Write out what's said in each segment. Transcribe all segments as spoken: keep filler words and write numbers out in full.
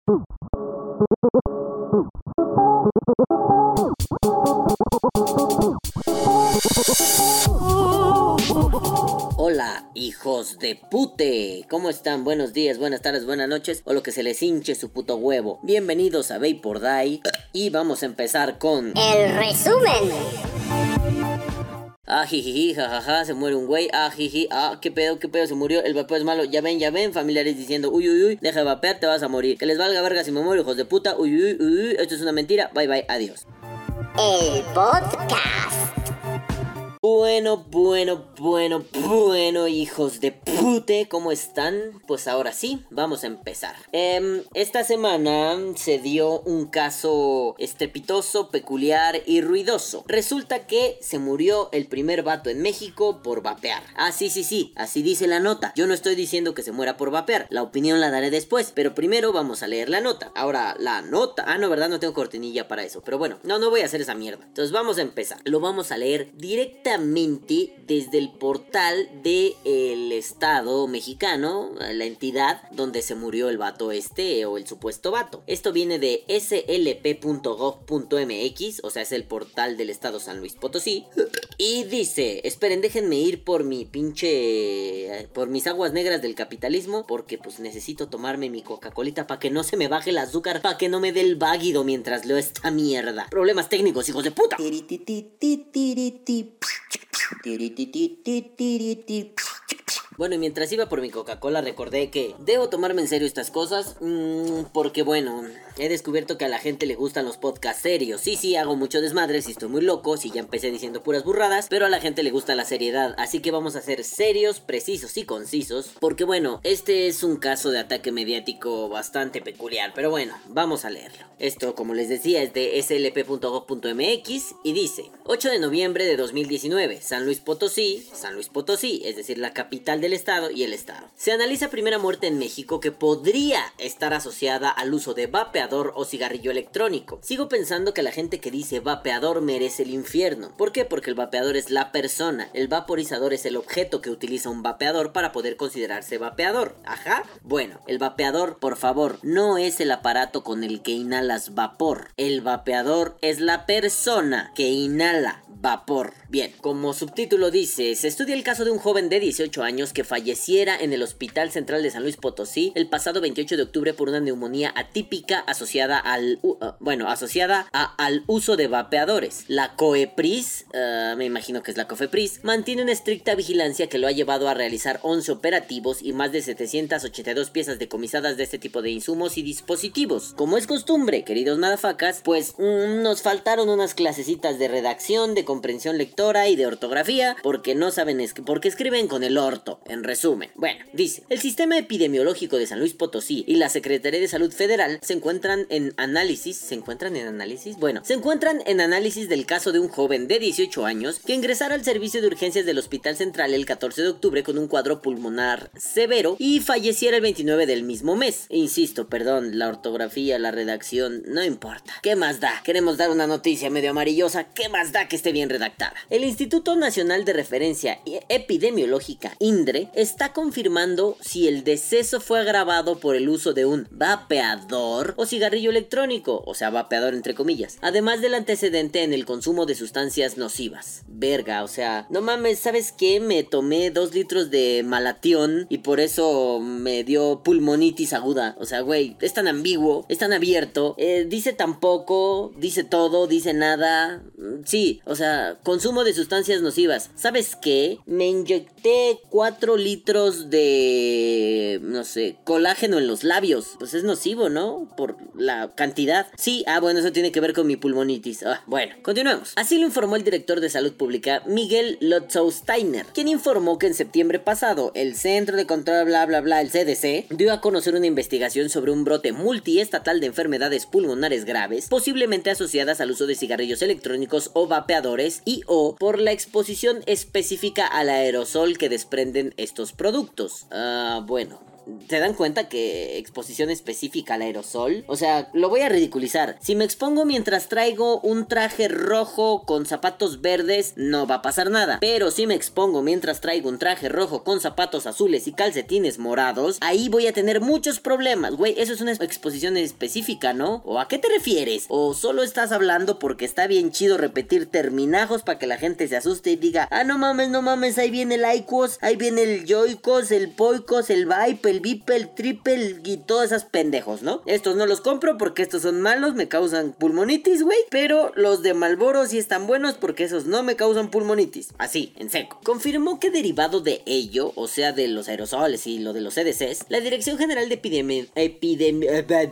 Hola, hijos de pute, ¿cómo están? Buenos días, buenas tardes, buenas noches, o lo que se les hinche su puto huevo. Bienvenidos a Vapor Die y vamos a empezar con... el resumen. Ah, jijiji, jajaja, se muere un güey, ah, jiji, ah, qué pedo, qué pedo, se murió, el vapeo es malo, ya ven, ya ven, familiares diciendo, uy, uy, uy, deja de vapear, te vas a morir, que les valga verga si me muero, hijos de puta, uy, uy, uy, uy, esto es una mentira, bye, bye, adiós. El podcast. Bueno, bueno, bueno, bueno, hijos de pute, ¿cómo están? Pues ahora sí, vamos a empezar. Eh, esta semana se dio un caso estrepitoso, peculiar y ruidoso. Resulta que se murió el primer vato en México por vapear. Ah, sí, sí, sí, así dice la nota. Yo no estoy diciendo que se muera por vapear, la opinión la daré después, pero primero vamos a leer la nota. Ahora, la nota... Ah, no, ¿verdad? No tengo cortinilla para eso, pero bueno, no, no voy a hacer esa mierda. Entonces vamos a empezar. Lo vamos a leer directamente desde el portal del Estado mexicano, la entidad donde se murió el vato este o el supuesto vato. Esto viene de s l p punto gov punto m x, o sea, es el portal del Estado San Luis Potosí. Y dice, esperen, déjenme ir por mi pinche... por mis aguas negras del capitalismo, porque pues necesito tomarme mi Coca-Colita para que no se me baje el azúcar, para que no me dé el váguido mientras leo esta mierda. Problemas técnicos, hijos de puta. Bueno, y mientras iba por mi Coca-Cola recordé que debo tomarme en serio estas cosas, mmm, porque bueno, he descubierto que a la gente le gustan los podcasts serios. Sí, sí, hago mucho desmadre, sí estoy muy loco, sí ya empecé diciendo puras burradas, pero a la gente le gusta la seriedad, así que vamos a ser serios, precisos y concisos, porque bueno, este es un caso de ataque mediático bastante peculiar, pero bueno, vamos a leerlo. Esto, como les decía, es de s l p punto gov punto m x y dice: ocho de noviembre de dos mil diecinueve, San Luis Potosí, San Luis Potosí, es decir, la capital del estado y el estado. Se analiza primera muerte en México que podría estar asociada al uso de vapeador o cigarrillo electrónico. Sigo pensando que la gente que dice vapeador merece el infierno. ¿Por qué? Porque el vapeador es la persona, el vaporizador es el objeto que utiliza un vapeador para poder considerarse vapeador. Ajá. Bueno, el vapeador, por favor, no es el aparato con el que inhalas vapor. El vapeador es la persona que inhala vapor. Bien, como subtítulo dice, se estudia el caso de un joven de dieciocho años que falleciera en el Hospital Central de San Luis Potosí el pasado veintiocho de octubre por una neumonía atípica asociada al uh, uh, bueno, asociada a, al uso de vapeadores. La COEPRIS, uh, me imagino que es la COFEPRIS, mantiene una estricta vigilancia que lo ha llevado a realizar once operativos y más de setecientas ochenta y dos piezas decomisadas de este tipo de insumos y dispositivos. Como es costumbre, queridos madafacas, pues mm, nos faltaron unas clasecitas de redacción, de comprensión lectora y de ortografía, porque no saben es porque escriben con el orto. En resumen, bueno, dice: el sistema epidemiológico de San Luis Potosí y la Secretaría de Salud Federal se encuentran en análisis, ¿se encuentran en análisis? Bueno, se encuentran en análisis del caso de un joven de dieciocho años que ingresara al servicio de urgencias del Hospital Central el catorce de octubre con un cuadro pulmonar severo y falleciera el veintinueve del mismo mes. Insisto, perdón, la ortografía, la redacción, no importa. ¿Qué más da? Queremos dar una noticia medio amarillosa, ¿qué más da que esté bien redactada? El Instituto Nacional de Referencia Epidemiológica, INDRE, está confirmando si el deceso fue agravado por el uso de un vapeador o cigarrillo electrónico, o sea, vapeador entre comillas, además del antecedente en el consumo de sustancias nocivas. Verga, o sea, no mames, ¿sabes qué? Me tomé dos litros de malatión y por eso me dio pulmonitis aguda. O sea, güey, es tan ambiguo, es tan abierto, eh, dice tan poco, dice todo, dice nada. Sí, o sea, consumo de sustancias nocivas. ¿Sabes qué? Me inyecté cuatro litros de... no sé, colágeno en los labios. Pues es nocivo, ¿no? Por la cantidad. Sí, ah, bueno, eso tiene que ver con mi pulmonitis. Ah, bueno, continuemos. Así lo informó el director de Salud Pública, Miguel Lotzow-Steiner, quien informó que en septiembre pasado, el Centro de Control bla bla bla, el C D C, dio a conocer una investigación sobre un brote multiestatal de enfermedades pulmonares graves, posiblemente asociadas al uso de cigarrillos electrónicos o vapeadores y o por la exposición específica al aerosol que desprenden estos productos. Ah, bueno... ¿se dan cuenta que exposición específica al aerosol? O sea, lo voy a ridiculizar. Si me expongo mientras traigo un traje rojo con zapatos verdes, no va a pasar nada. Pero si me expongo mientras traigo un traje rojo con zapatos azules y calcetines morados, ahí voy a tener muchos problemas. Güey, eso es una exposición específica, ¿no? ¿O a qué te refieres? ¿O solo estás hablando porque está bien chido repetir terminajos para que la gente se asuste y diga, ah, no mames, no mames, ahí viene el Icos, ahí viene el Joicos, el Poicos, el Vipe, el Vipe, el Triple y todas esas pendejos, ¿no? Estos no los compro porque estos son malos, me causan pulmonitis, güey. Pero los de Marlboro sí están buenos porque esos no me causan pulmonitis. Así, en seco. Confirmó que derivado de ello, o sea de los aerosoles y lo de los C D Cs, la Dirección General de Epidemia... Epidemi...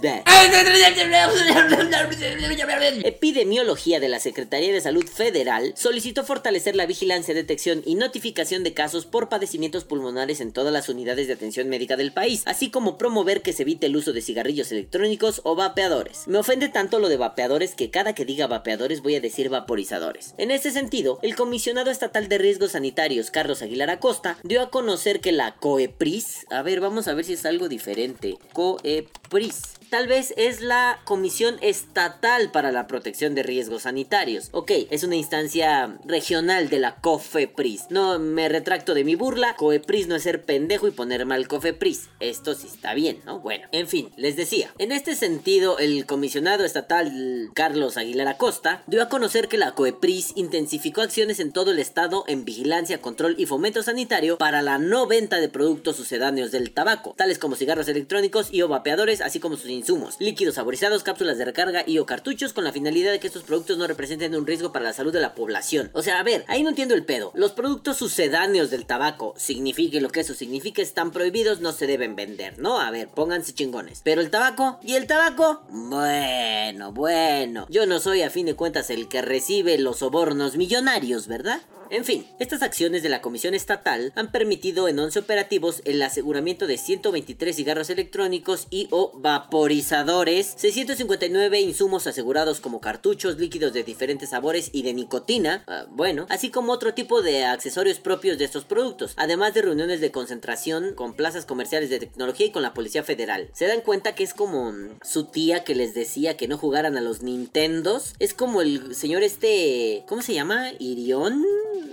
Epidemiología de la Secretaría de Salud Federal solicitó fortalecer la vigilancia, detección y notificación de casos por padecimientos pulmonares en todas las unidades de atención médica del país, así como promover que se evite el uso de cigarrillos electrónicos o vapeadores. Me ofende tanto lo de vapeadores que cada que diga vapeadores voy a decir vaporizadores. En este sentido, el comisionado estatal de riesgos sanitarios, Carlos Aguilar Acosta, dio a conocer que la COEPRIS, a ver, vamos a ver si es algo diferente, COEPRIS, tal vez es la Comisión Estatal para la Protección de Riesgos Sanitarios. Ok, es una instancia regional de la COFEPRIS. No me retracto de mi burla, COEPRIS no es ser pendejo y poner mal COFEPRIS. Esto sí está bien, ¿no? Bueno, en fin, les decía. En este sentido, el comisionado estatal Carlos Aguilar Acosta dio a conocer que la COEPRIS intensificó acciones en todo el estado en vigilancia, control y fomento sanitario para la no venta de productos sucedáneos del tabaco, tales como cigarros electrónicos y o vapeadores, así como sus insumos, líquidos saborizados, cápsulas de recarga y o cartuchos, con la finalidad de que estos productos no representen un riesgo para la salud de la población. O sea, a ver, ahí no entiendo el pedo. Los productos sucedáneos del tabaco, signifique lo que eso signifique, están prohibidos, no se deben vender, ¿no? A ver, pónganse chingones. Pero el tabaco, ¿y el tabaco? Bueno, bueno, yo no soy a fin de cuentas el que recibe los sobornos millonarios, ¿verdad? En fin, estas acciones de la Comisión Estatal han permitido en once operativos el aseguramiento de ciento veintitrés cigarros electrónicos y o vaporizadores, seiscientos cincuenta y nueve insumos asegurados como cartuchos, líquidos de diferentes sabores y de nicotina, uh, bueno, así como otro tipo de accesorios propios de estos productos, además de reuniones de concentración con plazas comerciales de tecnología y con la Policía Federal. ¿Se dan cuenta que es como su tía que les decía que no jugaran a los Nintendos? Es como el señor este... ¿cómo se llama? ¿Irión?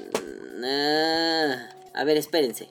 Ah, a ver, espérense.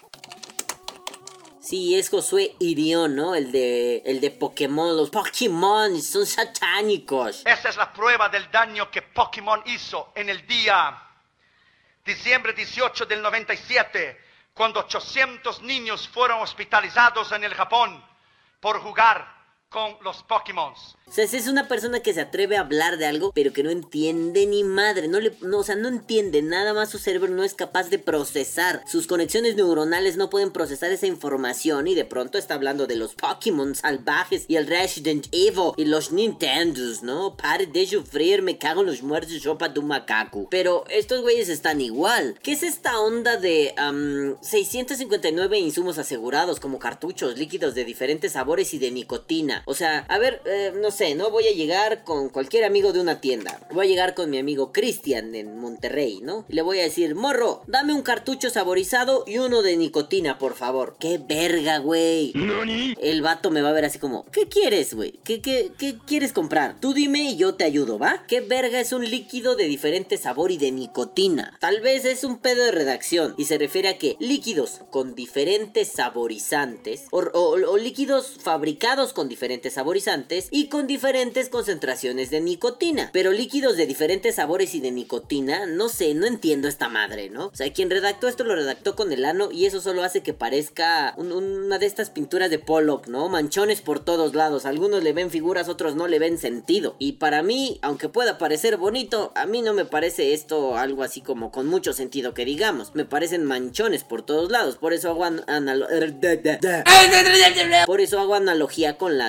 Sí, es Josué Irión, ¿no? El de, el de Pokémon. Los Pokémon son satánicos. Esa es la prueba del daño que Pokémon hizo en el día diciembre dieciocho del noventa y siete, cuando ochocientos niños fueron hospitalizados en el Japón por jugar con los Pokémon. O sea, es una persona que se atreve a hablar de algo, pero que no entiende ni madre. No le, no, o sea, no entiende. Nada más su cerebro no es capaz de procesar. Sus conexiones neuronales no pueden procesar esa información. Y de pronto está hablando de los Pokémon salvajes y el Resident Evil y los Nintendos, ¿no? Pare de sufrir, me cago en los muertos y sopa de un macaco. Pero estos güeyes están igual. ¿Qué es esta onda de um, seiscientos cincuenta y nueve insumos asegurados como cartuchos, líquidos de diferentes sabores y de nicotina? O sea, a ver, eh, no sé, ¿no? Voy a llegar con cualquier amigo de una tienda. Voy a llegar con mi amigo Cristian en Monterrey, ¿no? Y le voy a decir, morro, dame un cartucho saborizado y uno de nicotina, por favor. ¡Qué verga, güey! ¿Nani? El vato me va a ver así como, ¿qué quieres, güey? ¿Qué, qué, ¿Qué quieres comprar? Tú dime y yo te ayudo, ¿va? ¿Qué verga es un líquido de diferente sabor y de nicotina? Tal vez es un pedo de redacción y se refiere a que líquidos con diferentes saborizantes o, o, o líquidos fabricados con diferentes saborizantes y con diferentes concentraciones de nicotina. Pero líquidos de diferentes sabores y de nicotina, no sé, no entiendo esta madre, ¿no? O sea, quien redactó esto lo redactó con el ano y eso solo hace que parezca un, una de estas pinturas de Pollock, ¿no? Manchones por todos lados. Algunos le ven figuras, otros no le ven sentido. Y para mí, aunque pueda parecer bonito, a mí no me parece esto algo así como con mucho sentido que digamos. Me parecen manchones por todos lados. Por eso hago an analo por eso hago analogía con las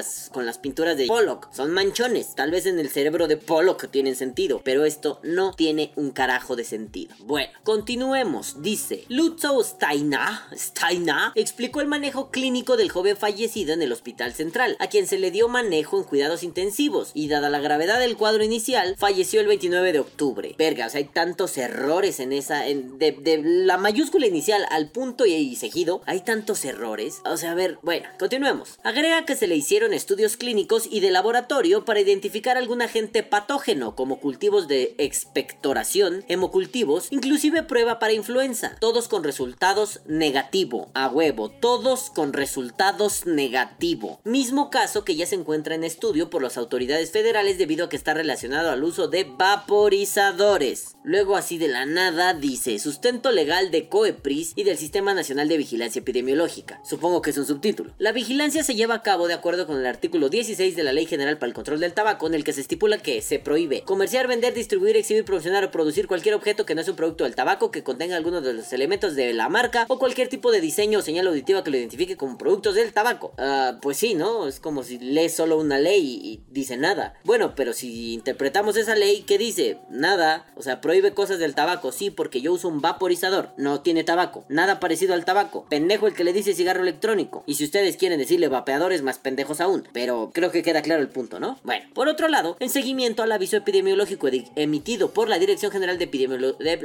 las, con las pinturas de Pollock. Son manchones. Tal vez en el cerebro de Pollock tienen sentido, pero esto no tiene un carajo de sentido. Bueno, continuemos. Dice, Lutzow Steiner, Steiner explicó el manejo clínico del joven fallecido en el Hospital Central, a quien se le dio manejo en cuidados intensivos, y dada la gravedad del cuadro inicial, falleció el veintinueve de octubre. Verga, o sea, hay tantos errores en esa, en, de, de la mayúscula inicial al punto y, y seguido, hay tantos errores. O sea, a ver, bueno, continuemos. Agrega que se le hicieron estudios clínicos y de laboratorio para identificar algún agente patógeno, como cultivos de expectoración, hemocultivos, inclusive prueba para influenza, todos con resultados negativo, a huevo, todos con resultados negativo. Mismo caso que ya se encuentra en estudio por las autoridades federales debido a que está relacionado al uso de vaporizadores. Luego, así de la nada, dice, sustento legal de COEPRIS y del Sistema Nacional de Vigilancia Epidemiológica. Supongo que es un subtítulo. La vigilancia se lleva a cabo de acuerdo con el artículo dieciséis de la Ley General para el Control del Tabaco, en el que se estipula que se prohíbe comerciar, vender, distribuir, exhibir, promocionar o producir cualquier objeto que no sea un producto del tabaco que contenga alguno de los elementos de la marca o cualquier tipo de diseño o señal auditiva que lo identifique como productos del tabaco. Uh, pues sí, ¿no? Es como si lees solo una ley y, y dice nada. Bueno, pero si interpretamos esa ley, ¿qué dice? Nada. O sea, prohíbe cosas del tabaco, sí, porque yo uso un vaporizador. No tiene tabaco. Nada parecido al tabaco. Pendejo el que le dice cigarro electrónico. Y si ustedes quieren decirle vapeadores, más pendejos aún. Pero creo que queda claro el punto, ¿no? Bueno, por otro lado, en seguimiento al aviso epidemiológico emitido por la Dirección General de Epidemiología...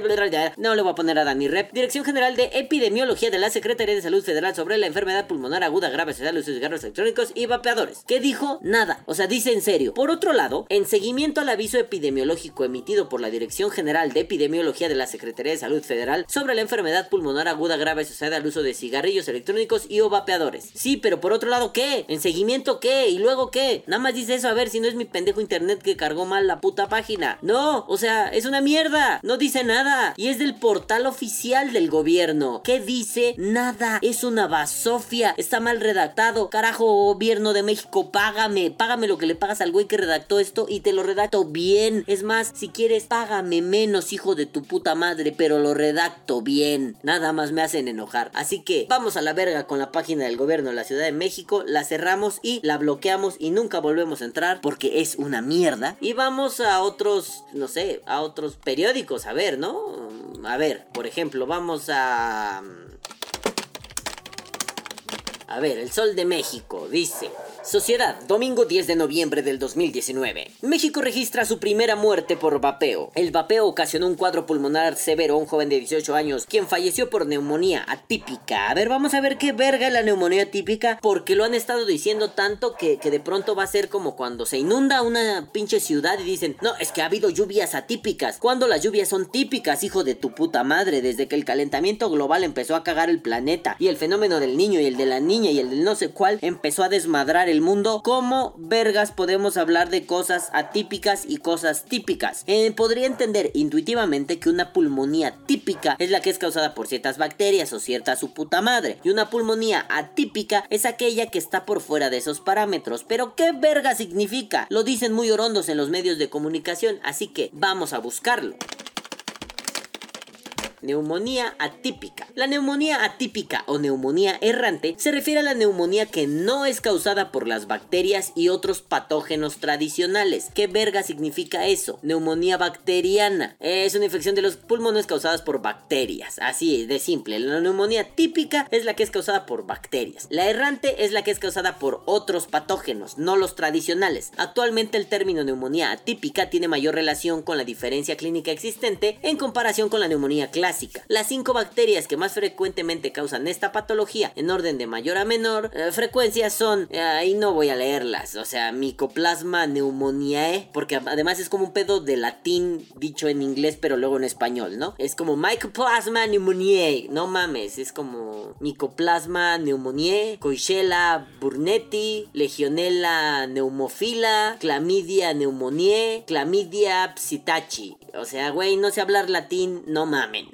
No le voy a poner a Dani Rep. Dirección General de Epidemiología de la Secretaría de Salud Federal sobre la enfermedad pulmonar aguda grave asociada al uso de cigarros electrónicos y vapeadores. ¿Qué dijo? Nada. O sea, dice en serio. Por otro lado, en seguimiento al aviso epidemiológico emitido por la Dirección General de Epidemiología de la Secretaría de Salud Federal sobre la enfermedad pulmonar aguda grave asociada al uso de cigarrillos electrónicos y o vapeadores. Sí, pero por otro lado, ¿qué? ¿En seguimiento qué? ¿Y luego qué? Nada más dice eso, a ver si no es mi pendejo internet que cargó mal la puta página. No, o sea, es una mierda. No dice nada. Y es del portal oficial del gobierno. ¿Qué dice? Nada. Es una basofia. Está mal redactado. Carajo, gobierno de México, págame. Págame lo que le pagas al güey que redactó esto y te lo redacto bien. Es más, si quieres, págame menos, hijo de tu puta madre, pero lo redacto bien. Nada más me hacen enojar. Así que vamos a la verga con la página del gobierno de la Ciudad de México. La cerramos y la bloqueamos y nunca volvemos a entrar porque es una mierda. Y vamos a otros, no sé, a otros periódicos, a ver, ¿no? A ver, por ejemplo, vamos a... A ver, El Sol de México dice... Sociedad, domingo diez de noviembre del dos mil diecinueve. México registra su primera muerte por vapeo. El vapeo ocasionó un cuadro pulmonar severo a un joven de dieciocho años, quien falleció por neumonía atípica. A ver, vamos a ver qué verga es la neumonía atípica, porque lo han estado diciendo tanto que, que de pronto va a ser como cuando se inunda una pinche ciudad y dicen, no, es que ha habido lluvias atípicas. Cuando las lluvias son típicas, hijo de tu puta madre, desde que el calentamiento global empezó a cagar el planeta y el fenómeno del niño y el de la niña y el del no sé cuál empezó a desmadrar el mundo. ¿Cómo vergas podemos hablar de cosas atípicas y cosas típicas? Eh, podría entender intuitivamente que una pulmonía típica es la que es causada por ciertas bacterias o cierta su puta madre, y una pulmonía atípica es aquella que está por fuera de esos parámetros. Pero ¿qué verga significa? Lo dicen muy orondos en los medios de comunicación, así que vamos a buscarlo. Neumonía atípica. La neumonía atípica o neumonía errante se refiere a la neumonía que no es causada por las bacterias y otros patógenos tradicionales. ¿Qué verga significa eso? Neumonía bacteriana. Es una infección de los pulmones causadas por bacterias. Así de simple. La neumonía típica es la que es causada por bacterias. La errante es la que es causada por otros patógenos, no los tradicionales. Actualmente el término neumonía atípica tiene mayor relación con la diferencia clínica existente en comparación con la neumonía clásica. Las cinco bacterias que más frecuentemente causan esta patología, en orden de mayor a menor eh, frecuencia, son, eh, ahí no voy a leerlas, o sea, Mycoplasma pneumoniae, porque además es como un pedo de latín dicho en inglés pero luego en español, ¿no? Es como Mycoplasma pneumoniae, no mames, es como Mycoplasma pneumoniae, Coixella burnetii, Legionella pneumophila, Chlamydia pneumoniae, Chlamydia psittaci. O sea, güey, no sé hablar latín, no mamen.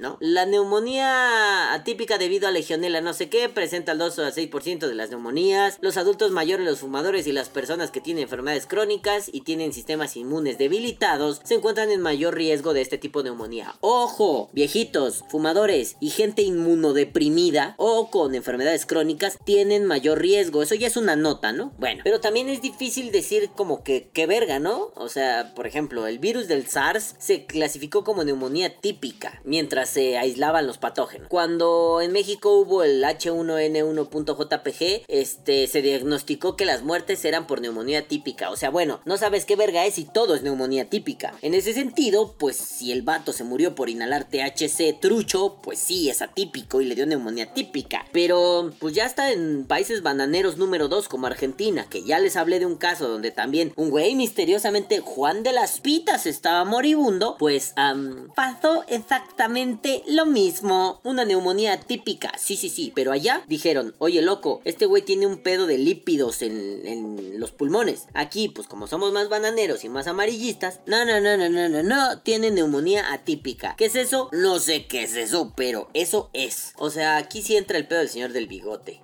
¿no? La neumonía atípica debido a legionela no sé qué presenta el dos a seis por ciento de las neumonías. Los adultos mayores, los fumadores y las personas que tienen enfermedades crónicas y tienen sistemas inmunes debilitados se encuentran en mayor riesgo de este tipo de neumonía. ¡Ojo! Viejitos, fumadores y gente inmunodeprimida o con enfermedades crónicas tienen mayor riesgo. Eso ya es una nota, ¿no? Bueno, pero también es difícil decir como que qué verga, ¿no? O sea, por ejemplo, el virus del SARS se clasificó como neumonía típica mientras se aislaban los patógenos. Cuando en México hubo el H uno N uno punto J P G, este, se diagnosticó que las muertes eran por neumonía típica. O sea, bueno, no sabes qué verga es y todo es neumonía típica. En ese sentido, pues si el vato se murió por inhalar T H C trucho, pues sí, es atípico y le dio neumonía típica. Pero pues ya está en países bananeros número dos como Argentina, que ya les hablé de un caso donde también un güey misteriosamente Juan de las Pitas estaba moribundo. Pues um, pasó exactamente lo mismo, una neumonía típica, sí, sí, sí, pero allá dijeron, oye loco, este güey tiene un pedo de lípidos en, en los pulmones. Aquí, pues como somos más bananeros y más amarillistas, no, no, no, no, no, no, no, tiene neumonía atípica. ¿Qué es eso? No sé qué es eso, pero eso es. O sea, aquí sí entra el pedo del señor del bigote.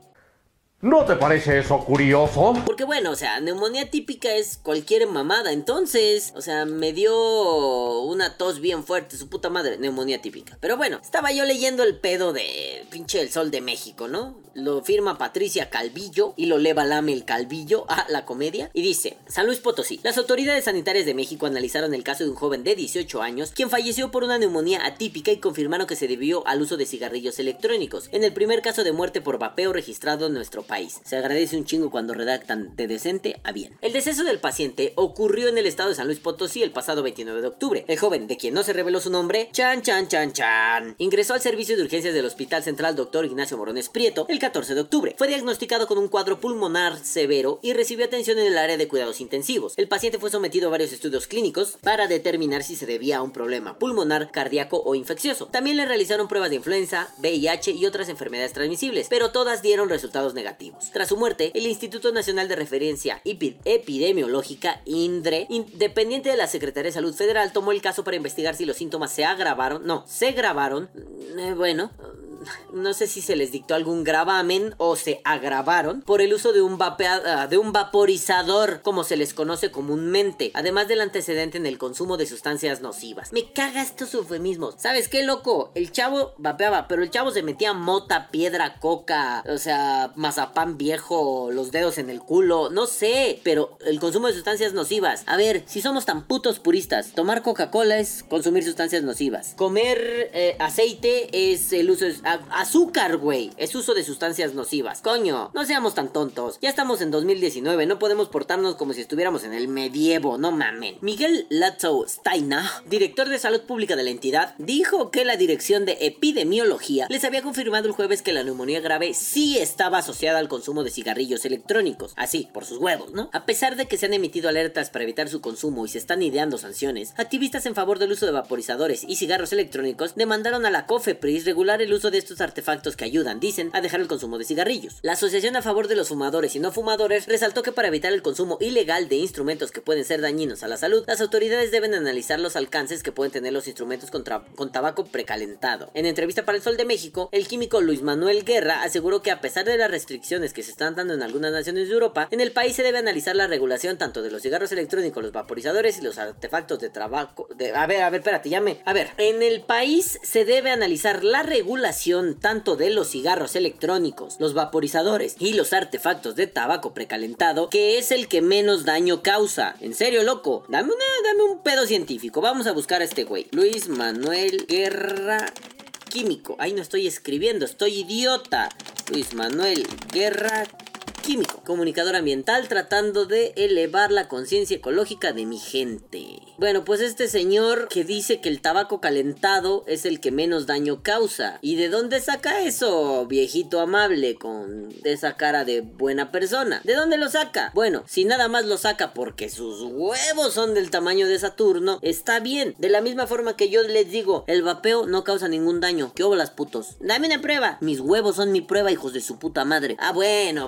¿No te parece eso curioso? Porque bueno, o sea, neumonía típica es cualquier mamada. Entonces, o sea, me dio una tos bien fuerte, su puta madre, neumonía típica. Pero bueno, estaba yo leyendo el pedo de pinche El Sol de México, ¿no? Lo firma Patricia Calvillo y lo lee Balame el Calvillo a la comedia. Y dice, San Luis Potosí. Las autoridades sanitarias de México analizaron el caso de un joven de dieciocho años quien falleció por una neumonía atípica y confirmaron que se debió al uso de cigarrillos electrónicos. En el primer caso de muerte por vapeo registrado en nuestro país. Se agradece un chingo cuando redactan de decente a bien. El deceso del paciente ocurrió en el estado de San Luis Potosí el pasado veintinueve de octubre. El joven, de quien no se reveló su nombre, chan chan chan chan, ingresó al servicio de urgencias del Hospital Central Doctor Ignacio Morones Prieto el catorce de octubre. Fue diagnosticado con un cuadro pulmonar severo y recibió atención en el área de cuidados intensivos. El paciente fue sometido a varios estudios clínicos para determinar si se debía a un problema pulmonar, cardíaco o infeccioso. También le realizaron pruebas de influenza, V I H y otras enfermedades transmisibles, pero todas dieron resultados negativos. Tras su muerte, el Instituto Nacional de Referencia Epidemiológica, INDRE, independiente de la Secretaría de Salud Federal, tomó el caso para investigar si los síntomas se agravaron, no, se gravaron, eh, bueno... no sé si se les dictó algún gravamen o se agravaron por el uso de un, vapea, de un vaporizador, como se les conoce comúnmente, además del antecedente en el consumo de sustancias nocivas. Me caga estos eufemismos. ¿Sabes qué, loco? El chavo vapeaba, pero el chavo se metía mota, piedra, coca, o sea, mazapán viejo, los dedos en el culo, no sé, pero el consumo de sustancias nocivas. A ver, si somos tan putos puristas, tomar Coca-Cola es consumir sustancias nocivas. Comer eh, aceite es el uso de azúcar, güey, es uso de sustancias nocivas. Coño, no seamos tan tontos. Ya estamos en dos mil diecinueve, no podemos portarnos como si estuviéramos en el medievo, no mamen. Miguel Latzo Steiner, director de salud pública de la entidad, dijo que la dirección de epidemiología les había confirmado el jueves que la neumonía grave sí estaba asociada al consumo de cigarrillos electrónicos. Así, por sus huevos, ¿no? A pesar de que se han emitido alertas para evitar su consumo y se están ideando sanciones, activistas en favor del uso de vaporizadores y cigarros electrónicos demandaron a la COFEPRIS regular el uso de estos artefactos que ayudan, dicen, a dejar el consumo de cigarrillos. La Asociación a Favor de los Fumadores y No Fumadores resaltó que para evitar el consumo ilegal de instrumentos que pueden ser dañinos a la salud, las autoridades deben analizar los alcances que pueden tener los instrumentos con, con tabaco precalentado. En entrevista para El Sol de México, el químico Luis Manuel Guerra aseguró que a pesar de las restricciones que se están dando en algunas naciones de Europa, en el país se debe analizar la regulación tanto de los cigarros electrónicos, los vaporizadores y los artefactos de tabaco. De... A ver, a ver, espérate, llame. A ver, en el país se debe analizar la regulación tanto de los cigarros electrónicos, los vaporizadores y los artefactos de tabaco precalentado, que es el que menos daño causa. En serio, loco, dame, una, dame un pedo científico. Vamos a buscar a este güey. Luis Manuel Guerra, químico. Ay, no estoy escribiendo, estoy idiota. Luis Manuel Guerra, químico, comunicador ambiental, tratando de elevar la conciencia ecológica de mi gente. Bueno, pues este señor que dice que el tabaco calentado es el que menos daño causa. ¿Y de dónde saca eso, viejito amable con esa cara de buena persona? ¿De dónde lo saca? Bueno, si nada más lo saca porque sus huevos son del tamaño de Saturno, está bien. De la misma forma que yo les digo, el vapeo no causa ningún daño. ¿Qué óbolas, putos? Dame una prueba. Mis huevos son mi prueba, hijos de su puta madre. Ah, bueno, bueno,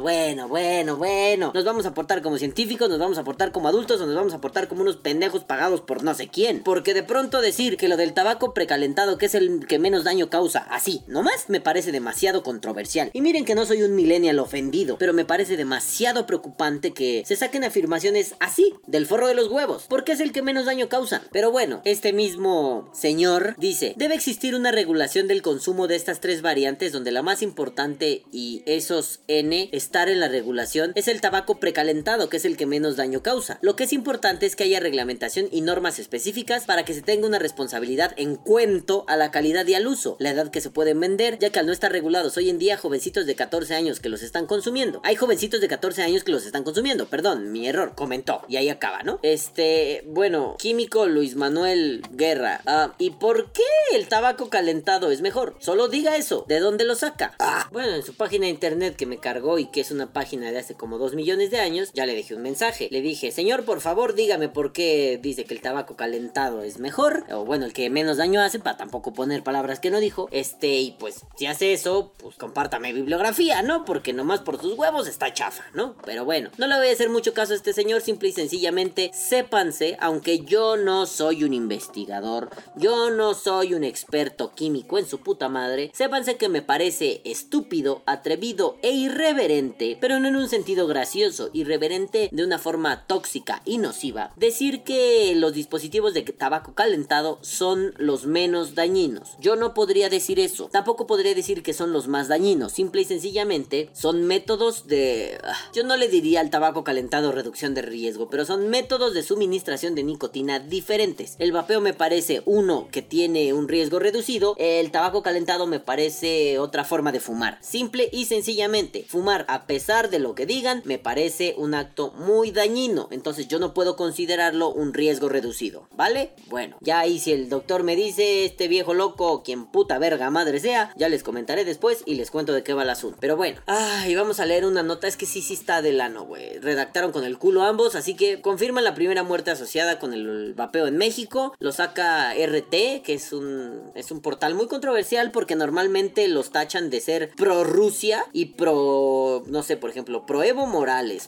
bueno, bueno. Nos vamos a portar como científicos, nos vamos a portar como adultos o nos vamos a portar como unos pendejos pagados por no sé quién. Porque de pronto decir que lo del tabaco precalentado, que es el que menos daño causa, así, nomás me parece demasiado controversial. Y miren que no soy un millennial ofendido, pero me parece demasiado preocupante que se saquen afirmaciones así, del forro de los huevos, porque es el que menos daño causan. Pero bueno, este mismo señor dice, debe existir una regulación del consumo de estas tres variantes, donde la más importante, y esos N, estar en la regulación, es el tabaco precalentado, que es el que menos daño causa. Lo que es importante es que haya reglamentación y normas específicas para que se tenga una responsabilidad en cuanto a la calidad y al uso, la edad que se pueden vender, ya que al no estar regulados hoy en día, jovencitos de catorce años que los están consumiendo. Hay jovencitos de catorce años que los están consumiendo, perdón, mi error, comentó, y ahí acaba, ¿no? Este, bueno, Químico Luis Manuel Guerra, uh, ¿y por qué el tabaco calentado es mejor? Solo diga eso, ¿de dónde lo saca? Ah, bueno, en su página de internet que me cargó y que es una página de hace como dos millones de años, ya le dejé un mensaje. Le dije, señor, por favor, dígame por qué dice que el tabaco calentado es mejor, o bueno, el que menos daño hace, para tampoco poner palabras que no dijo. Este, y pues, si hace eso, pues compártame bibliografía, ¿no? Porque nomás por sus huevos está chafa, ¿no? Pero bueno, no le voy a hacer mucho caso a este señor, simple y sencillamente, sépanse, aunque yo no soy un investigador, yo no soy un experto químico en su puta madre, sépanse que me parece estúpido, atrevido e irreverente, pero no en un sentido gracioso, irreverente de una forma tóxica y nociva, decir que los dispositivos de tabaco calentado son los menos dañinos. Yo no podría decir eso, tampoco podría decir que son los más dañinos, simple y sencillamente son métodos de... yo no le diría al tabaco calentado reducción de riesgo, pero son métodos de suministración de nicotina diferentes. El vapeo me parece uno que tiene un riesgo reducido, el tabaco calentado me parece otra forma de fumar. Simple y sencillamente, fumar a pesar de lo que digan me parece un acto muy dañino, entonces yo no puedo considerarlo un riesgo reducido, ¿vale? Bueno, ya ahí si el doctor me dice este viejo loco, quien puta verga madre sea, ya les comentaré después y les cuento de qué va el asunto. Pero bueno, ay, vamos a leer una nota, es que sí, sí está del ano, güey. Redactaron con el culo ambos, así que confirman la primera muerte asociada con el vapeo en México. Lo saca R T, que es un, es un portal muy controversial porque normalmente los tachan de ser pro Rusia y pro, no sé, por ejemplo, pro Evo Morales,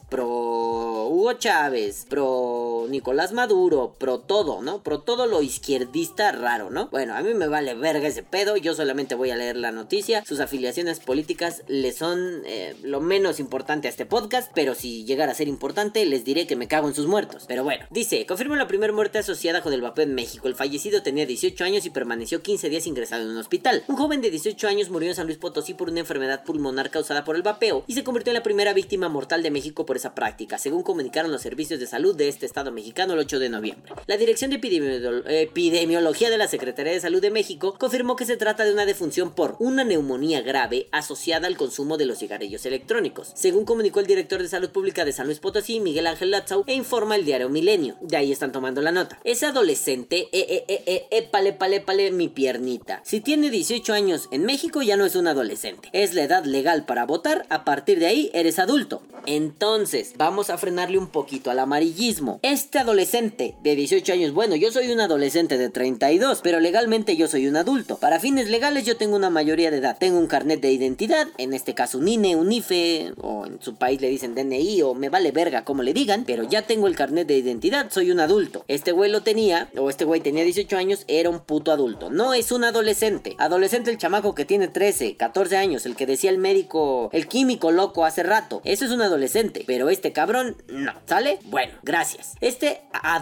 pro Hugo Chávez, pro Nicolás Maduro, pro todo, ¿no? Pro todo lo izquierdista raro, ¿no? Bueno, a mí me vale verga ese pedo, yo solamente voy a leer la noticia. Sus afiliaciones políticas le son eh, lo menos importante a este podcast, pero si llegara a ser importante, les diré que me cago en sus muertos. Pero bueno, dice, confirma la primera muerte asociada con el vapeo en México. El fallecido tenía dieciocho años y permaneció quince días ingresado en un hospital. Un joven de dieciocho años murió en San Luis Potosí por una enfermedad pulmonar causada por el vapeo y se convirtió en la primera víctima mortal de México por esa práctica, según comunicaron los servicios de salud de este estado mexicano el ocho de noviembre. La Dirección de Epidemiolo- Epidemiología de la Secretaría de Salud de México confirmó que se trata de una defunción por una neumonía grave asociada al consumo de los cigarrillos electrónicos, según comunicó el director de Salud Pública de San Luis Potosí, Miguel Ángel Latzau, e informa el diario Milenio. De ahí están tomando la nota. Ese adolescente, eh, eh, eh, eh, eh, pale, pale, pale, mi piernita. Si tiene dieciocho años en México, ya no es un adolescente. Es la edad legal para votar, a partir de ahí eres adulto. Entonces, vamos a frenarle un poquito al amarillismo. Este adolescente de dieciocho años, bueno, yo soy un adolescente de treinta y dos, pero legalmente yo soy un adulto. Para fines legales yo tengo una mayoría de edad. Tengo un carnet de identidad, en este caso un I N E, un I F E, o en su país le dicen D N I, o me vale verga como le digan, pero ya tengo el carnet de identidad, soy un adulto. Este güey lo tenía, o este güey tenía dieciocho años, era un puto adulto. No es un adolescente. Adolescente el chamaco que tiene trece, catorce años, el que decía el médico, el químico loco hace rato. Eso es un adolescente, pero este cabrón, no. ¿Sale? Bueno, gracias. Este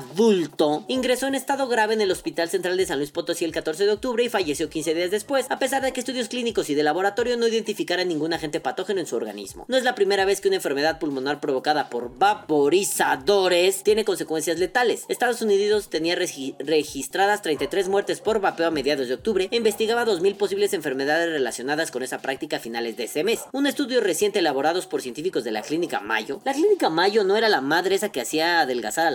adulto ingresó en estado grave en el Hospital Central de San Luis Potosí el catorce de octubre y falleció quince días después, a pesar de que estudios clínicos y de laboratorio no identificaran ningún agente patógeno en su organismo. No es la primera vez que una enfermedad pulmonar provocada por vaporizadores tiene consecuencias letales. Estados Unidos tenía regi- registradas treinta y tres muertes por vapeo a mediados de octubre e investigaba dos mil posibles enfermedades relacionadas con esa práctica a finales de ese mes. Un estudio reciente elaborado por científicos de la Clínica Mayo. La Clínica Mayo no era la madre esa que hacía adelgazar a la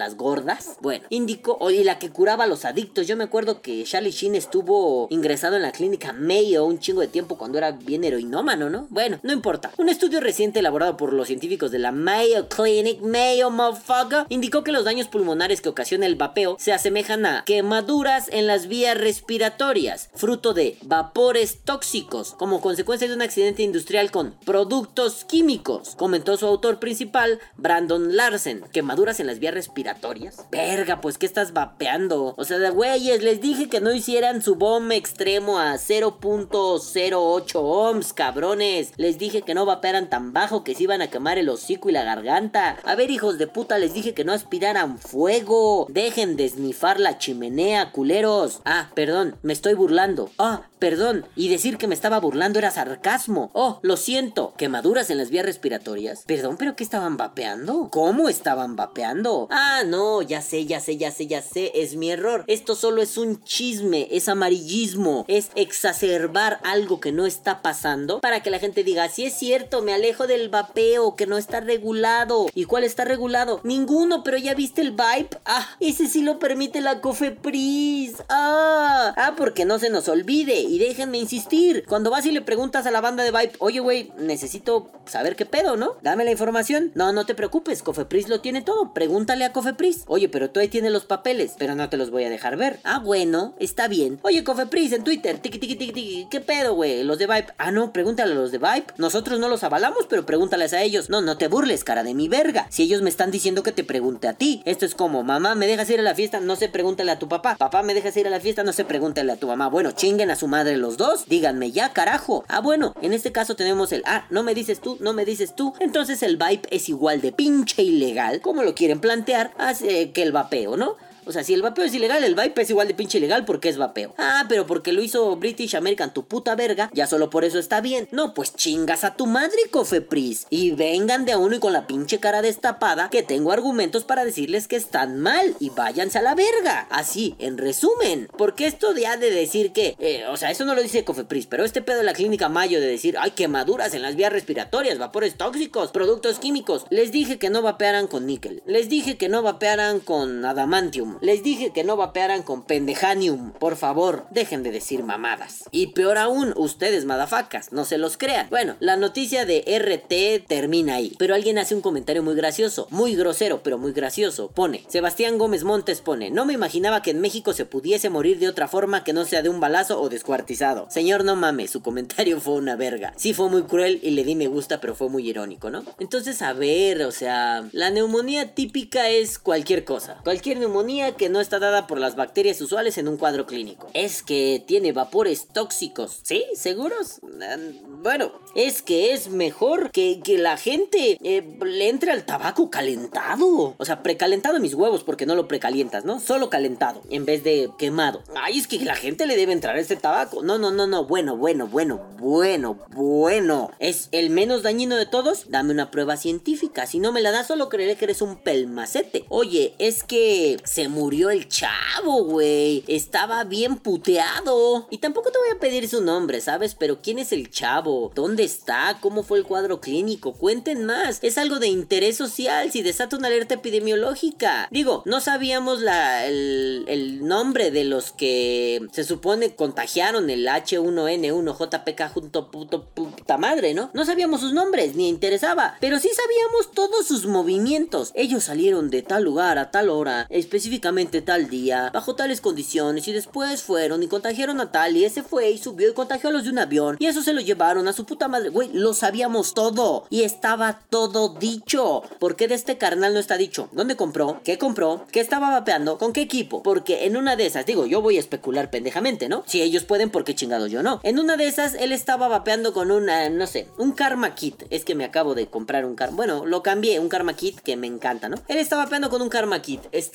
las gordas. Bueno, indicó, o y la que curaba a los adictos. Yo me acuerdo que Charlie Sheen estuvo ingresado en la clínica Mayo un chingo de tiempo cuando era bien heroinómano, ¿no? Bueno, no importa. Un estudio reciente elaborado por los científicos de la Mayo Clinic, Mayo motherfucker, indicó que los daños pulmonares que ocasiona el vapeo se asemejan a quemaduras en las vías respiratorias, fruto de vapores tóxicos, como consecuencia de un accidente industrial con productos químicos, comentó su autor principal, Brandon Larsen. ¿Quemaduras en las vías respiratorias? Verga, pues ¿qué estás vapeando? O sea, de güeyes, les dije que no hicieran su bomb extremo a cero punto cero ocho ohms, cabrones. Les dije que no vapearan tan bajo que se iban a quemar el hocico y la garganta. A ver, hijos de puta, les dije que no aspiraran fuego. Dejen de esnifar la chimenea, culeros. Ah, perdón, me estoy burlando. Ah, perdón, y decir que me estaba burlando era sarcasmo. Oh, lo siento. ¿Quemaduras en las vías respiratorias? Perdón, ¿pero qué estaban vapeando? ¿Cómo estaban vapeando? Ah, no, ya sé, ya sé, ya sé, ya sé, es mi error. Esto solo es un chisme, es amarillismo, es exacerbar algo que no está pasando para que la gente diga, sí es cierto, me alejo del vapeo, que no está regulado. ¿Y cuál está regulado? Ninguno, pero ya viste el Vibe. Ah, ese sí lo permite la COFEPRIS. Ah, ah, porque no se nos olvide. Y déjenme insistir, cuando vas y le preguntas a la banda de Vibe, oye güey, necesito saber qué pedo, ¿no? Dame la información. No, no te preocupes, COFEPRIS lo tiene todo. Pregúntale a COFEPRIS. Oye, pero tú ahí tienes los papeles, pero no te los voy a dejar ver. Ah, bueno, está bien. Oye, COFEPRIS en Twitter, tiki tiki tiki tiki, ¿qué pedo, güey? Los de Vibe. Ah, no, pregúntale a los de Vibe. Nosotros no los avalamos, pero pregúntales a ellos. No, no te burles, cara de mi verga. Si ellos me están diciendo que te pregunte a ti. Esto es como, mamá, ¿me dejas ir a la fiesta? No sé, pregúntale a tu papá. Papá, ¿me dejas ir a la fiesta? No sé, pregúntale a tu mamá. Bueno, chinguen a su madre los dos. Díganme ya, carajo. Ah, bueno, en este caso tenemos el, ah, no me dices tú, no me dices tú. Entonces el Vibe es igual de pinche ilegal, como lo quieren plantear, hace que el vapeo, ¿no? O sea, si el vapeo es ilegal, el vape es igual de pinche ilegal porque es vapeo. Ah, pero porque lo hizo British American, tu puta verga, ya solo por eso está bien. No, pues chingas a tu madre, COFEPRIS. Y vengan de a uno y con la pinche cara destapada que tengo argumentos para decirles que están mal. Y váyanse a la verga. Así, en resumen. Porque esto ya de decir que, eh, o sea, eso no lo dice COFEPRIS, pero este pedo de la clínica Mayo de decir, ay, quemaduras en las vías respiratorias, vapores tóxicos, productos químicos. Les dije que no vapearan con níquel. Les dije que no vapearan con adamantium. Les dije que no vapearan con pendejanium. Por favor, dejen de decir mamadas. Y peor aún, ustedes madafacas, no se los crean. Bueno, la noticia de R T termina ahí, pero alguien hace un comentario muy gracioso, muy grosero, pero muy gracioso. Pone, Sebastián Gómez Montes pone, no me imaginaba que en México se pudiese morir de otra forma que no sea de un balazo o descuartizado. Señor, no mames, su comentario fue una verga. Sí fue muy cruel y le di me gusta, pero fue muy irónico, ¿no? Entonces, a ver, o sea, la neumonía típica es cualquier cosa. Cualquier neumonía que no está dada por las bacterias usuales en un cuadro clínico. Es que tiene vapores tóxicos. ¿Sí? ¿Seguros? Bueno, es que es mejor que, que la gente eh, le entre al tabaco calentado. O sea, precalentado mis huevos porque no lo precalientas, ¿no? Solo calentado en vez de quemado. Ay, es que la gente le debe entrar a este tabaco. No, no, no, no. Bueno, bueno, bueno, bueno, bueno. ¿Es el menos dañino de todos? Dame una prueba científica. Si no me la das, solo creeré que eres un pelmacete. Oye, es que se murió el chavo, güey. Estaba bien puteado. Y tampoco te voy a pedir su nombre, ¿sabes? Pero ¿quién es el chavo? ¿Dónde está? ¿Cómo fue el cuadro clínico? Cuenten más. Es algo de interés social si desata una alerta epidemiológica. Digo, no sabíamos la, el, el nombre de los que se supone contagiaron el H uno N uno J P K junto puto puta madre, ¿no? No sabíamos sus nombres, ni interesaba. Pero sí sabíamos todos sus movimientos. Ellos salieron de tal lugar a tal hora, específicamente tal día, bajo tales condiciones, y después fueron y contagiaron a tal, y ese fue y subió y contagió a los de un avión, y eso se lo llevaron a su puta madre. Güey, lo sabíamos todo, y estaba todo dicho. ¿Por qué de este carnal no está dicho? ¿Dónde compró? ¿Qué compró? ¿Qué estaba vapeando? ¿Con qué equipo? Porque en una de esas, digo, yo voy a especular pendejamente, ¿no? Si ellos pueden, ¿por qué chingados yo no? En una de esas, él estaba vapeando con una, no sé, un Karma Kit. Es que me acabo de comprar un Karma, bueno, lo cambié, un Karma Kit que me encanta, ¿no? Él estaba vapeando con un Karma Kit, está vapeando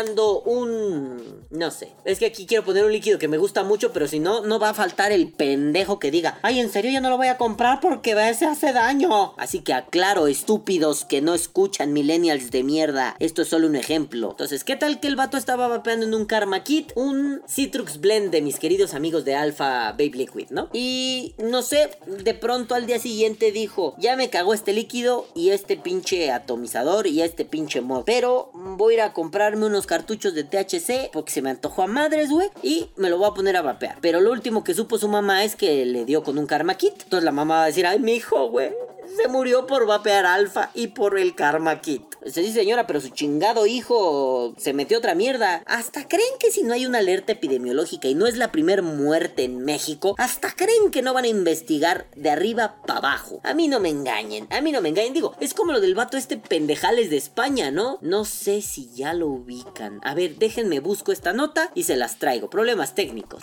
vapeando un... no sé, es que aquí quiero poner un líquido que me gusta mucho, pero si no, no va a faltar el pendejo que diga, ay, en serio ya no lo voy a comprar porque se hace daño. Así que aclaro, estúpidos que no escuchan, millennials de mierda, esto es solo un ejemplo. Entonces, ¿qué tal que el vato estaba vapeando en un Karma Kit? Un Citrus Blend de mis queridos amigos de Alpha Vape Liquid, ¿no? Y no sé, de pronto al día siguiente dijo, ya me cagó este líquido y este pinche atomizador y este pinche mod, pero voy a ir a comprarme unos cartuchos de T H C porque se me antojó a madres, güey, y me lo voy a poner a vapear. Pero lo último que supo su mamá es que le dio con un Karma Kit. Entonces la mamá va a decir, ay, mi hijo, güey, se murió por vapear alfa y por el Karma Kit. Sí, señora, pero su chingado hijo se metió otra mierda. Hasta creen que si no hay una alerta epidemiológica y no es la primer muerte en México, hasta creen que no van a investigar de arriba para abajo. A mí no me engañen, a mí no me engañen. Digo, es como lo del vato este pendejales de España, ¿no? No sé si ya lo ubican. A ver, déjenme busco esta nota y se las traigo. Problemas técnicos.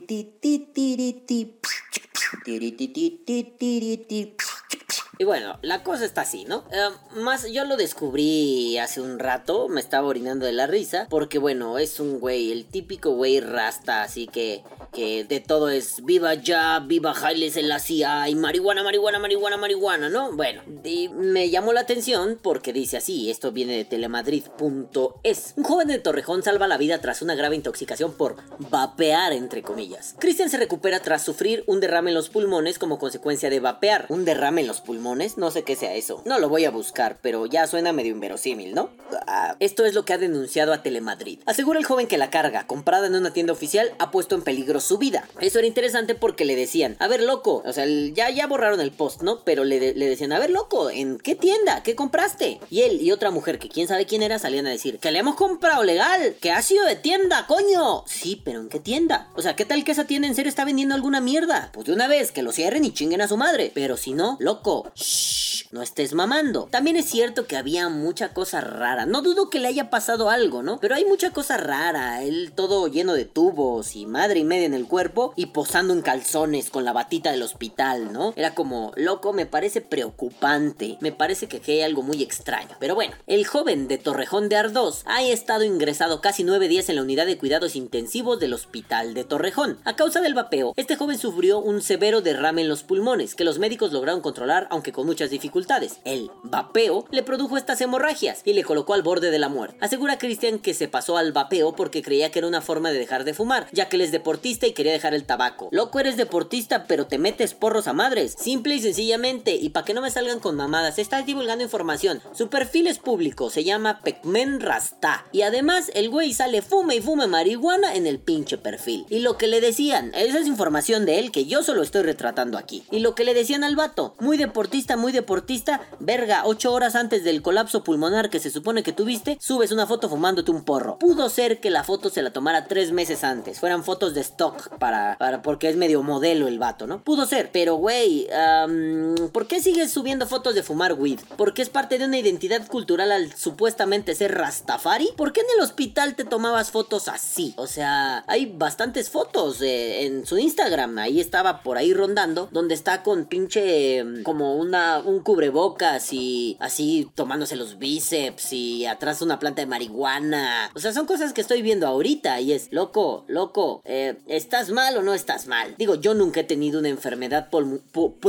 Y bueno, la cosa está así, ¿no? Uh, más yo lo descubrí hace un rato, me estaba orinando de la risa, porque bueno, es un güey, el típico güey rasta, así que, que de todo es viva ya, viva Haile Selassie, y marihuana, marihuana, marihuana, marihuana, ¿no? Bueno, y me llamó la atención porque dice así, esto viene de telemadrid punto es. Un joven de Torrejón salva la vida tras una grave intoxicación por vapear, entre comillas. Cristian se recupera tras sufrir un derrame en los pulmones como consecuencia de vapear. Un derrame en los pulmones. No sé qué sea eso. No lo voy a buscar, pero ya suena medio inverosímil, ¿no? Ah, esto es lo que ha denunciado a Telemadrid. Asegura el joven que la carga, comprada en una tienda oficial, ha puesto en peligro su vida. Eso era interesante porque le decían, a ver, loco, o sea, ya, ya borraron el post, ¿no? Pero le, le decían, a ver, loco, ¿en qué tienda? ¿Qué compraste? Y él y otra mujer que quién sabe quién era salían a decir, que le hemos comprado legal, que ha sido de tienda, coño. Sí, pero ¿en qué tienda? O sea, ¿qué tal que esa tienda en serio está vendiendo alguna mierda? Pues de una vez, que lo cierren y chinguen a su madre. Pero si no, loco, shh, no estés mamando. También es cierto que había mucha cosa rara. No dudo que le haya pasado algo, ¿no? Pero hay mucha cosa rara. Él todo lleno de tubos y madre y media en el cuerpo y posando en calzones con la batita del hospital, ¿no? Era como, loco, me parece preocupante. Me parece que aquí hay algo muy extraño. Pero bueno, el joven de Torrejón de Ardós ha estado ingresado casi nueve días en la unidad de cuidados intensivos del hospital de Torrejón. A causa del vapeo, este joven sufrió un severo derrame en los pulmones que los médicos lograron controlar, aunque con muchas dificultades. El vapeo le produjo estas hemorragias y le colocó al borde de la muerte. Asegura Cristian que se pasó al vapeo porque creía que era una forma de dejar de fumar, ya que él es deportista y quería dejar el tabaco. Loco, eres deportista pero te metes porros a madres. Simple y sencillamente, y para que no me salgan con mamadas, estás divulgando información. Su perfil es público, se llama Pekmen Rasta. Y además el güey sale fume y fume marihuana en el pinche perfil. Y lo que le decían, esa es información de él que yo solo estoy retratando aquí. Y lo que le decían al vato, muy deportista, muy deportista, verga, ocho horas antes del colapso pulmonar que se supone que tuviste, subes una foto fumándote un porro. Pudo ser que la foto se la tomara tres meses antes, fueran fotos de stock para, para porque es medio modelo el vato, ¿no? Pudo ser, pero güey, um, ¿por qué sigues subiendo fotos de fumar weed? ¿Porque es parte de una identidad cultural al supuestamente ser Rastafari? ¿Por qué en el hospital te tomabas fotos así? O sea, hay bastantes fotos eh, en su Instagram, ahí estaba por ahí rondando, donde está con pinche como una, un cubrebocas y así tomándose los bíceps y atrás una planta de marihuana. O sea, son cosas que estoy viendo ahorita y es, loco, loco, eh, ¿estás mal o no estás mal? Digo, yo nunca he tenido una enfermedad pulmonar.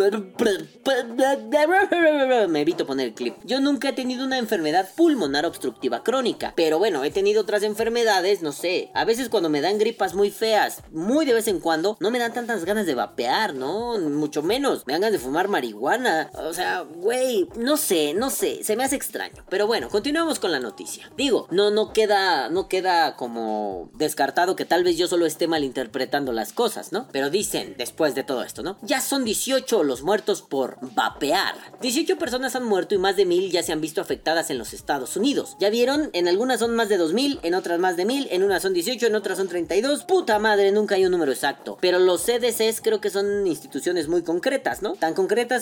Me evito poner el clip. Yo nunca he tenido una enfermedad pulmonar obstructiva crónica, pero bueno, he tenido otras enfermedades, no sé, a veces cuando me dan gripas muy feas, muy de vez en cuando, no me dan tantas ganas de vapear, ¿no? Mucho menos, me dan ganas de fumar marihuana. O sea, güey, no sé, no sé, se me hace extraño. Pero bueno, continuamos con la noticia. Digo, no, no queda, no queda como descartado que tal vez yo solo esté malinterpretando las cosas, ¿no? Pero dicen, después de todo esto, ¿no? Ya son dieciocho los muertos por vapear. dieciocho personas han muerto y más de mil ya se han visto afectadas en los Estados Unidos. ¿Ya vieron? En algunas son más de dos mil, en otras más de mil, en unas son dieciocho, en otras son treinta y dos. Puta madre, nunca hay un número exacto. Pero los C D Cs creo que son instituciones muy concretas, ¿no? Tan concretas que dijeron,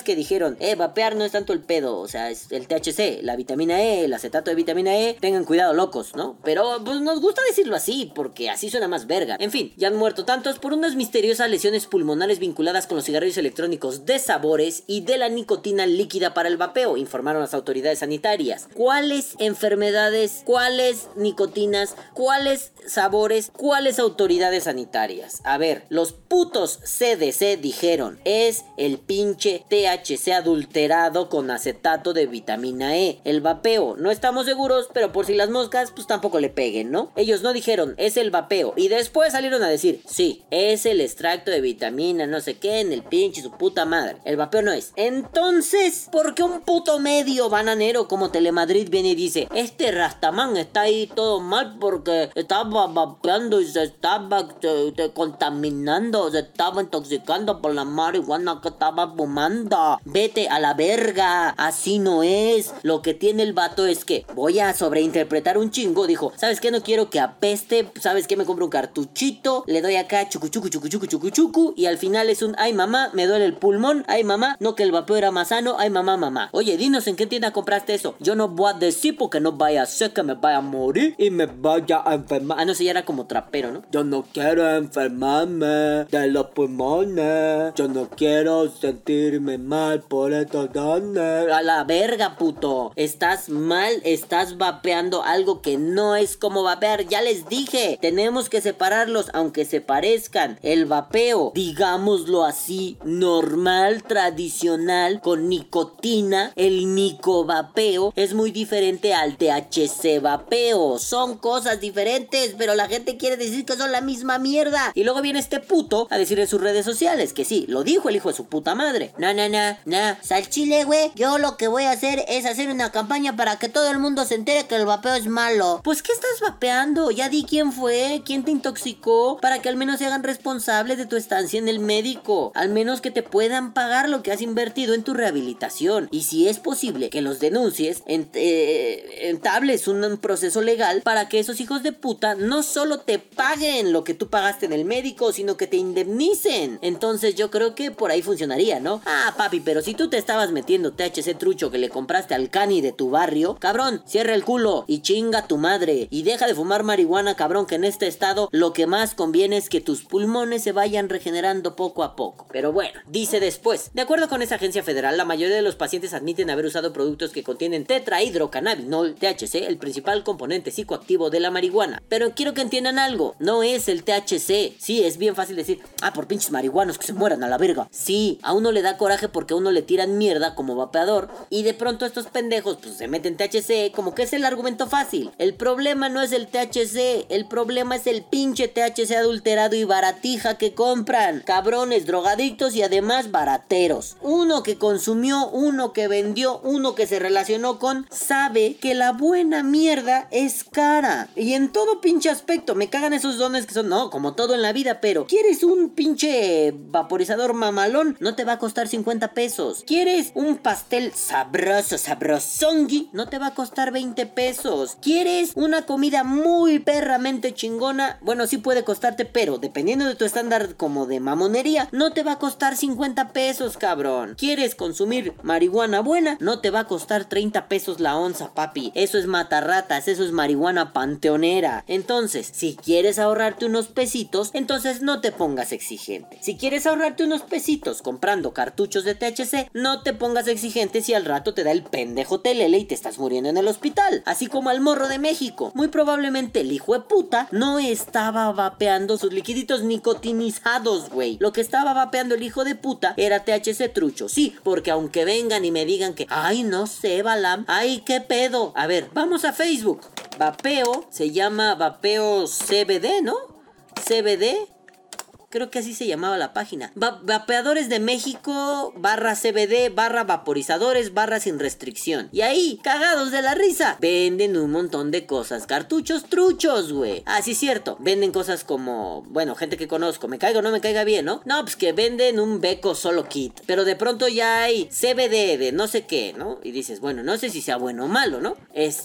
dijeron, eh, vapear no es tanto el pedo, o sea, es el T H C, la vitamina E, el acetato de vitamina E, tengan cuidado, locos, ¿no? Pero pues nos gusta decirlo así, porque así suena más verga. En fin, ya han muerto tantos por unas misteriosas lesiones pulmonares vinculadas con los cigarrillos electrónicos de sabores y de la nicotina líquida para el vapeo, informaron las autoridades sanitarias. ¿Cuáles enfermedades, cuáles nicotinas, cuáles sabores, cuáles autoridades sanitarias? A ver, los putos C D C dijeron, es el pinche T H C adulterado con acetato de vitamina E. El vapeo, no estamos seguros, pero por si las moscas, pues tampoco le peguen, ¿no? Ellos no dijeron, es el vapeo, y después salieron a decir, sí, es el extracto de vitamina, no sé qué, en el pinche su puta madre. El vapeo no es. Entonces, ¿por qué un puto medio bananero como Telemadrid viene y dice, este Rastaman está ahí todo mal porque estaba vapeando y se estaba te, te, contaminando, se estaba intoxicando por la marihuana que estaba fumando? Vete a la verga, así no es. Lo que tiene el vato es que voy a sobreinterpretar un chingo. Dijo, ¿sabes qué? No quiero que apeste. ¿Sabes qué? Me compro un cartuchito, le doy acá chucu chucu chucu chucu chucu chucu y al final es un, ay mamá, me duele el pulmón, ay mamá, no que el vapeo era más sano, ay mamá, mamá. Oye, dinos en qué tienda compraste eso. Yo no voy a decir porque no vaya a ser que me vaya a morir y me vaya a enfermar. Ah, no sé, ya era como trapero, ¿no? Yo no quiero enfermarme de los pulmones. Yo no quiero sentirme mal por estos dones. A la verga, puto. Estás mal, estás vapeando algo que no es como vapear. Ya les dije, tenemos que separarlos aunque se parezcan. El vapeo, digámoslo así, normal, tradicional, con nicotina, el nicovapeo es muy diferente al T H C vapeo. Son cosas diferentes, pero la gente quiere decir que son la misma mierda. Y luego viene este puto a decir en sus redes sociales que sí, lo dijo el hijo de su puta madre. No, no, no, no, sal chile, güey. Yo lo que voy a hacer es hacer una campaña para que todo el mundo se entere que el vapeo es malo. Pues, ¿qué estás vapeando? Ya di quién fue, quién te intoxicó, para que al menos se hagan responsables de tu estancia en el médico. Al menos que te puedan pagar lo que has invertido en tu rehabilitación. Y si es posible que los denuncies, ent eh, entables un, un proceso legal para que esos hijos de puta no solo te paguen lo que tú pagaste en el médico, sino que te indemnicen. Entonces yo creo que por ahí funcionaría, ¿no? Ah, papi, pero si tú te estabas metiendo T H C trucho que le compraste al cani de tu barrio, cabrón, cierra el culo y chinga tu madre. Y deja de fumar marihuana, cabrón, que en este estado lo que más conviene es que tus pulmones se vayan regenerando poco a poco. Pero bueno, dice después, de acuerdo con esa agencia federal, la mayoría de los pacientes admiten haber usado productos que contienen tetrahidrocannabinol, T H C, el principal componente psicoactivo de la marihuana. Pero quiero que entiendan algo, no es el T H C. Sí, es bien fácil decir, ah, por pinches marihuanos que se mueran a la verga. Sí, a uno le da coraje porque a uno le tiran mierda como vapeador y de pronto estos pendejos pues se meten T H C como que es el argumento fácil. El problema no es el T H C, el problema es el pinche T H C adulterado y baratija que compran. Cabrones, drogadictos y además barateros. Uno que consumió, uno que vendió, uno que se relacionó con, sabe que la buena mierda es cara. Y en todo pinche aspecto, me cagan esos dones que son, no, como todo en la vida, pero ¿quieres un pinche vaporizador mamalón? No te va a costar cincuenta pesos. ¿Quieres un pastel sabroso, sabrosongui? No te va a costar veinte pesos. ¿Quieres una comida muy perramente chingona? Bueno, sí puede costarte, pero dependiendo de tu estándar como de mamonería, no te va a costar cincuenta pesos, cabrón. ¿Quieres consumir marihuana buena? No te va a costar treinta pesos la onza, papi. Eso es matarratas, eso es marihuana panteonera. Entonces, si quieres ahorrarte unos pesitos, entonces no te pongas exigente. Si quieres ahorrarte unos pesitos comprando cartuchos de T H C, no te pongas exigente si al rato te da el pendejo telele y te estás muriendo en el hospital. Así como al morro de México. Muy probablemente el hijo de puta no estaba vapeando sus liquiditos nicotinizados, güey. Lo que estaba vapeando el hijo de puta era T H C trucho. Sí, porque aunque vengan y me digan que, ay, no sé, Balam, ay, qué pedo. A ver, vamos a Facebook. Vapeo, se llama Vapeo C B D, ¿no? C B D. Creo que así se llamaba la página. Va Vapeadores de México barra C B D barra vaporizadores barra sin restricción. Y ahí, cagados de la risa, venden un montón de cosas. Cartuchos truchos, güey. Ah, sí, cierto. Venden cosas como, bueno, gente que conozco. Me caiga o no me caiga bien, ¿no? No, pues que venden un beco solo kit. Pero de pronto ya hay C B D de no sé qué, ¿no? Y dices, bueno, no sé si sea bueno o malo, ¿no?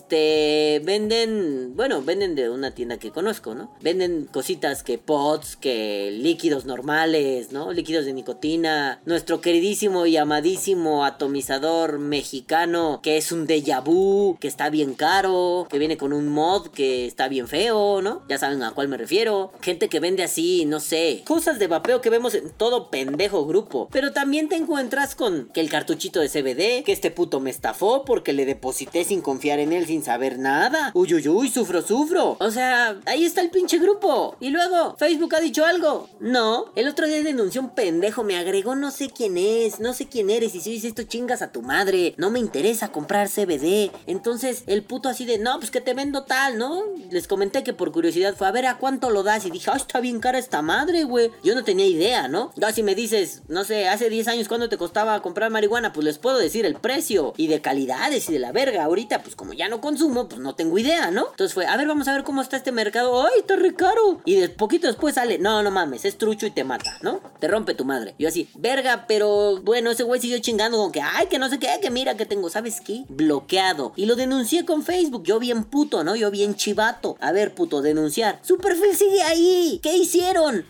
Este, venden, bueno, venden de una tienda que conozco, ¿no? Venden cositas que pods, que líquidos, líquidos normales, ¿no? Líquidos de nicotina. Nuestro queridísimo y amadísimo atomizador mexicano, que es un déjà vu, que está bien caro, que viene con un mod que está bien feo, ¿no? Ya saben a cuál me refiero. Gente que vende así, no sé, cosas de vapeo que vemos en todo pendejo grupo. Pero también te encuentras con que el cartuchito de C B D, que este puto me estafó porque le deposité sin confiar en él, sin saber nada. Uy, uy, uy, sufro, sufro. O sea, ahí está el pinche grupo. Y luego, ¿Facebook ha dicho algo? No. El otro día denunció un pendejo, me agregó no sé quién es, no sé quién eres, y si dices esto chingas a tu madre, no me interesa comprar C B D. Entonces, el puto así de, no, pues que te vendo tal, ¿no? Les comenté que por curiosidad fue, a ver, ¿a cuánto lo das? Y dije, ay, está bien cara esta madre, güey. Yo no tenía idea, ¿no? Ya si me dices, no sé, hace diez años cuánto te costaba comprar marihuana, pues les puedo decir el precio y de calidades y de la verga. Ahorita, pues como ya no consumo, pues no tengo idea, ¿no? Entonces fue, a ver, vamos a ver cómo está este mercado. Ay, está re caro. Y de poquito después sale, no, no mames, es trucho y te mata, ¿no? Te rompe tu madre. Yo así, verga, pero bueno, ese güey siguió chingando con que, ay, que no sé qué, que mira que tengo, ¿sabes qué? Bloqueado. Y lo denuncié con Facebook. Yo bien puto, ¿no? Yo bien chivato. A ver, puto, denunciar. Su perfil sigue ahí. ¿Qué hicieron?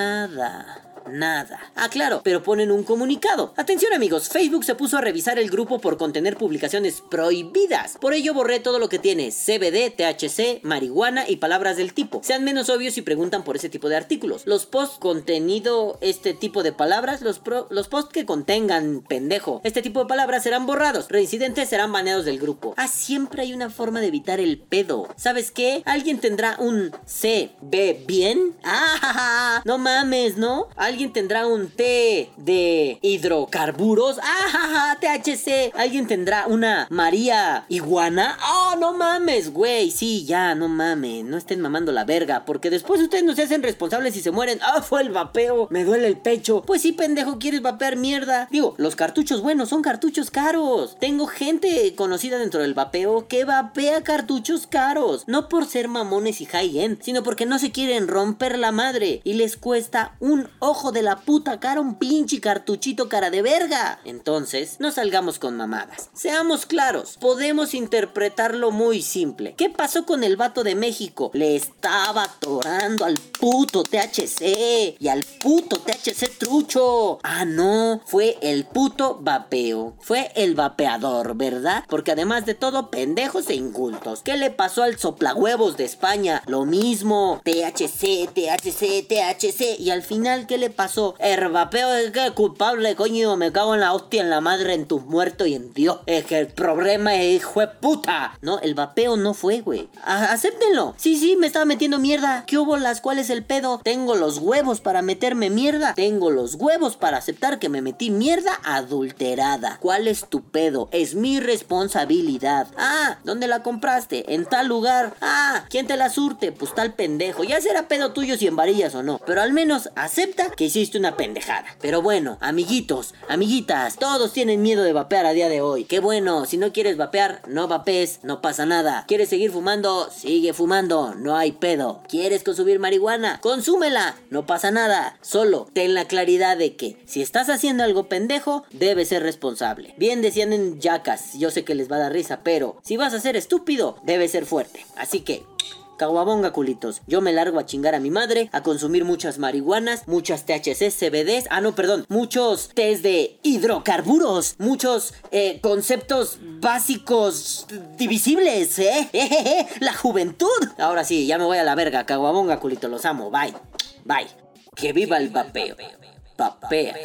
Nada. Nada. Ah, claro, pero ponen un comunicado. Atención amigos, Facebook se puso a revisar el grupo por contener publicaciones prohibidas. Por ello borré todo lo que tiene C B D, T H C, marihuana y palabras del tipo. Sean menos obvios si preguntan por ese tipo de artículos. Los posts contenido este tipo de palabras, los, pro, los posts que contengan, pendejo, este tipo de palabras serán borrados. Reincidentes serán baneados del grupo. Ah, siempre hay una forma de evitar el pedo. ¿Sabes qué? ¿Alguien tendrá un C B bien? Ah, no mames, ¿no? ¿Alguien tendrá un T de hidrocarburos? ¡Ah, T H C! ¿Alguien tendrá una María iguana? ¡Oh, no mames, güey! Sí, ya, no mames. No estén mamando la verga, porque después ustedes no se hacen responsables y se mueren. ¡Ah, fue el vapeo! Me duele el pecho. Pues sí, pendejo, ¿quieres vapear mierda? Digo, los cartuchos buenos son cartuchos caros. Tengo gente conocida dentro del vapeo que vapea cartuchos caros. No por ser mamones y high-end, sino porque no se quieren romper la madre y les cuesta un ojo de la puta cara un pinche cartuchito cara de verga. Entonces, no salgamos con mamadas. Seamos claros, podemos interpretarlo muy simple. ¿Qué pasó con el vato de México? Le estaba atorando al puto T H C y al puto T H C trucho. Ah, no, fue el puto vapeo. Fue el vapeador, ¿verdad? Porque además de todo, pendejos e incultos. ¿Qué le pasó al soplahuevos de España? Lo mismo. T H C, T H C, T H C. Y al final, ¿qué le pasó? El vapeo es que es culpable, coño. Me cago en la hostia, en la madre, en tus muertos y en Dios. Es que el problema es hijo de puta. No, el vapeo no fue, güey. Acéptenlo. Sí, sí, me estaba metiendo mierda. ¿Qué hubo las? ¿Cuál es el pedo? Tengo los huevos para meterme mierda. Tengo los huevos para aceptar que me metí mierda adulterada. ¿Cuál es tu pedo? Es mi responsabilidad. Ah, ¿dónde la compraste? En tal lugar. Ah, ¿quién te la surte? Pues tal pendejo. Ya será pedo tuyo si en varillas o no. Pero al menos acepta que hiciste una pendejada. Pero bueno, amiguitos, amiguitas, todos tienen miedo de vapear a día de hoy. Qué bueno, si no quieres vapear, no vapees, no pasa nada. ¿Quieres seguir fumando? Sigue fumando, no hay pedo. ¿Quieres consumir marihuana? Consúmela, no pasa nada. Solo ten la claridad de que si estás haciendo algo pendejo, debes ser responsable. Bien decían en Jackass, yo sé que les va a dar risa, pero si vas a ser estúpido, debes ser fuerte. Así que caguabonga, culitos. Yo me largo a chingar a mi madre, a consumir muchas marihuanas, muchas T H C, C B Ds, ah no, perdón, muchos test de hidrocarburos, muchos eh, conceptos básicos divisibles, ¿eh? Jejeje, la juventud. Ahora sí, ya me voy a la verga, caguabonga, culitos, los amo, bye, bye. Que viva el vapeo. Vapea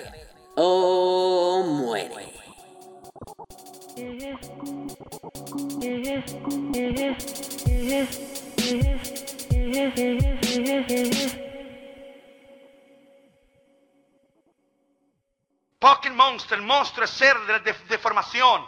o muere. Pokémon Monster, el monstruo es ser de la de- deformación.